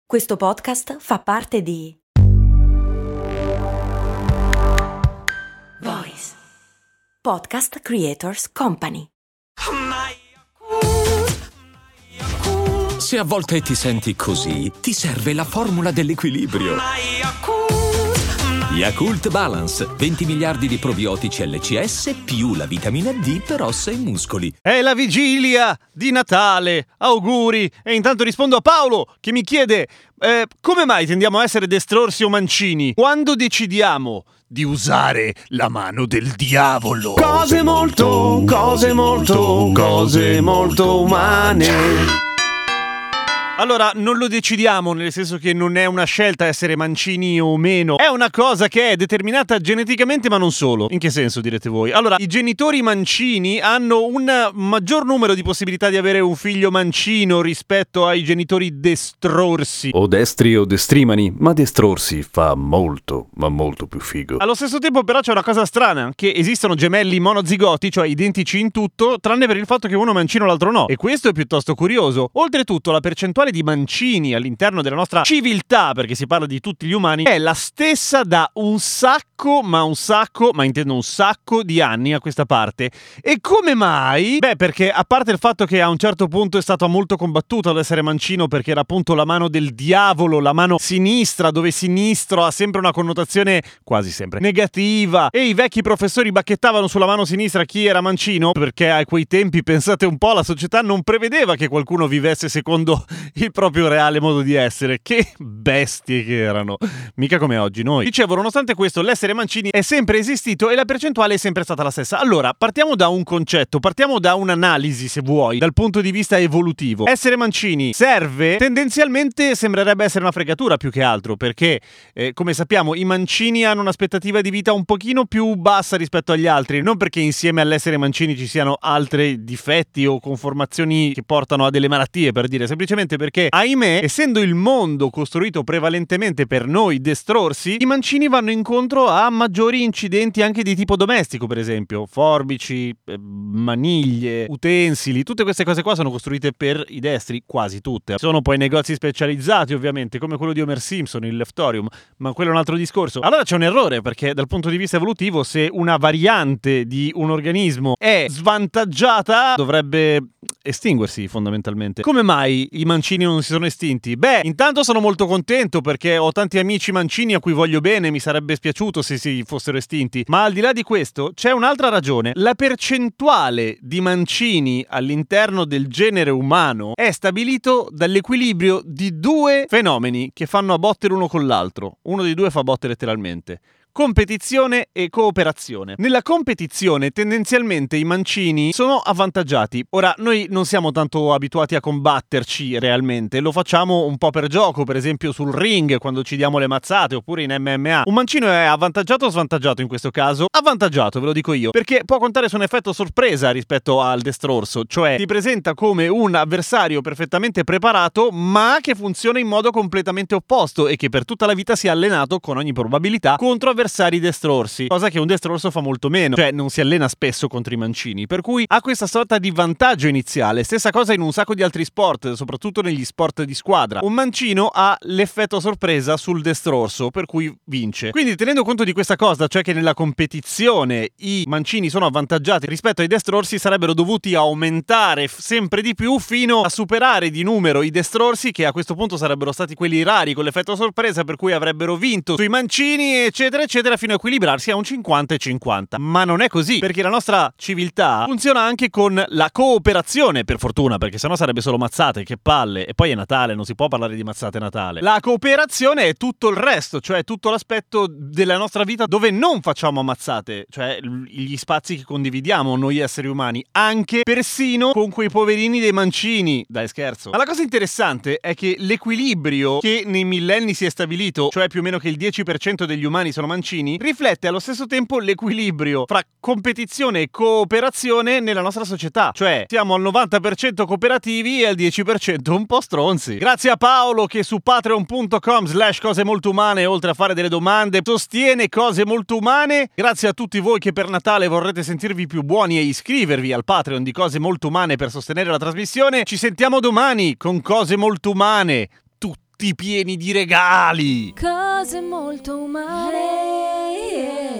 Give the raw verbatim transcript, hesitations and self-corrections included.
Questo podcast fa parte di Voice Podcast Creators Company. Se a volte ti senti così, ti serve la formula dell'equilibrio. Yakult Balance, venti miliardi di probiotici L C S più la vitamina D per ossa e muscoli. È la vigilia di Natale, auguri! E intanto rispondo a Paolo che mi chiede eh, come mai tendiamo a essere destrorsi o mancini quando decidiamo di usare la mano del diavolo. Cose molto, cose molto, cose molto umane. Allora, non lo decidiamo, nel senso che non è una scelta essere mancini o meno. È una cosa che è determinata geneticamente, ma non solo. In che senso, direte voi? Allora, i genitori mancini hanno un maggior numero di possibilità di avere un figlio mancino rispetto ai genitori destrorsi. O destri o destrimani, ma destrorsi fa molto, ma molto più figo. Allo stesso tempo, però, c'è una cosa strana, che esistono gemelli monozigoti, cioè identici in tutto, tranne per il fatto che uno è mancino e l'altro no. E questo è piuttosto curioso. Oltretutto, la percentuale di mancini all'interno della nostra civiltà, perché si parla di tutti gli umani, è la stessa da un sacco, ma un sacco, ma intendo un sacco di anni a questa parte. E come mai? Beh, perché a parte il fatto che a un certo punto è stato molto combattuto ad essere mancino, perché era appunto la mano del diavolo, la mano sinistra, dove sinistro ha sempre una connotazione quasi sempre negativa, e i vecchi professori bacchettavano sulla mano sinistra chi era mancino, perché a quei tempi, pensate un po', la società non prevedeva che qualcuno vivesse secondo il proprio reale modo di essere. Che bestie che erano, mica come oggi noi. Dicevo, nonostante questo, l'essere mancini è sempre esistito e la percentuale è sempre stata la stessa. Allora, partiamo da un concetto, partiamo da un'analisi, se vuoi, dal punto di vista evolutivo. Essere mancini serve, tendenzialmente sembrerebbe essere una fregatura più che altro, perché eh, come sappiamo i mancini hanno un'aspettativa di vita un pochino più bassa rispetto agli altri, non perché insieme all'essere mancini ci siano altri difetti o conformazioni che portano a delle malattie, per dire, semplicemente perché Perché, ahimè, essendo il mondo costruito prevalentemente per noi destrorsi, i mancini vanno incontro a maggiori incidenti anche di tipo domestico, per esempio. Forbici, eh, maniglie, utensili, tutte queste cose qua sono costruite per i destri, quasi tutte. Sono poi negozi specializzati, ovviamente, come quello di Homer Simpson, il Leftorium, ma quello è un altro discorso. Allora c'è un errore, perché dal punto di vista evolutivo, se una variante di un organismo è svantaggiata, dovrebbe estinguersi, fondamentalmente. Come mai i mancini non si sono estinti? Beh, intanto sono molto contento perché ho tanti amici mancini a cui voglio bene, mi sarebbe spiaciuto se si fossero estinti, ma al di là di questo c'è un'altra ragione. La percentuale di mancini all'interno del genere umano è stabilito dall'equilibrio di due fenomeni che fanno a botte l'uno con l'altro. Uno dei due fa botte letteralmente: competizione e cooperazione. Nella competizione tendenzialmente i mancini sono avvantaggiati. Ora, noi non siamo tanto abituati a combatterci realmente, lo facciamo un po' per gioco, per esempio sul ring quando ci diamo le mazzate, oppure in M M A. Un mancino è avvantaggiato o svantaggiato in questo caso? Avvantaggiato, ve lo dico io, perché può contare su un effetto sorpresa rispetto al destrorso, cioè si presenta come un avversario perfettamente preparato ma che funziona in modo completamente opposto e che per tutta la vita si è allenato con ogni probabilità contro avversari destrorsi, cosa che un destrorso fa molto meno, cioè non si allena spesso contro i mancini, per cui ha questa sorta di vantaggio iniziale. Stessa cosa in un sacco di altri sport, soprattutto negli sport di squadra. Un mancino ha l'effetto sorpresa sul destrorso, per cui vince. Quindi, tenendo conto di questa cosa, cioè che nella competizione i mancini sono avvantaggiati rispetto ai destrorsi, sarebbero dovuti aumentare sempre di più fino a superare di numero i destrorsi, che a questo punto sarebbero stati quelli rari con l'effetto sorpresa, per cui avrebbero vinto sui mancini, eccetera eccetera, fino a equilibrarsi a un cinquanta e cinquanta. Ma non è così, perché la nostra civiltà funziona anche con la cooperazione, per fortuna, perché sennò sarebbe solo mazzate, che palle. E poi è Natale, non si può parlare di mazzate a Natale. La cooperazione è tutto il resto, cioè tutto l'aspetto della nostra vita dove non facciamo mazzate, cioè gli spazi che condividiamo noi esseri umani, anche persino con quei poverini dei mancini. Dai, scherzo. Ma la cosa interessante è che l'equilibrio che nei millenni si è stabilito, cioè più o meno che il dieci per cento degli umani sono mancini, riflette allo stesso tempo l'equilibrio fra competizione e cooperazione nella nostra società. Cioè, siamo al novanta per cento cooperativi e al dieci per cento un po' stronzi. Grazie a Paolo che su patreon punto com slash cose molto umane, oltre a fare delle domande, sostiene Cose Molto Umane. Grazie a tutti voi che per Natale vorrete sentirvi più buoni e iscrivervi al Patreon di Cose Molto Umane per sostenere la trasmissione. Ci sentiamo domani con Cose Molto Umane. tutti pieni di regali. Cose molto umane.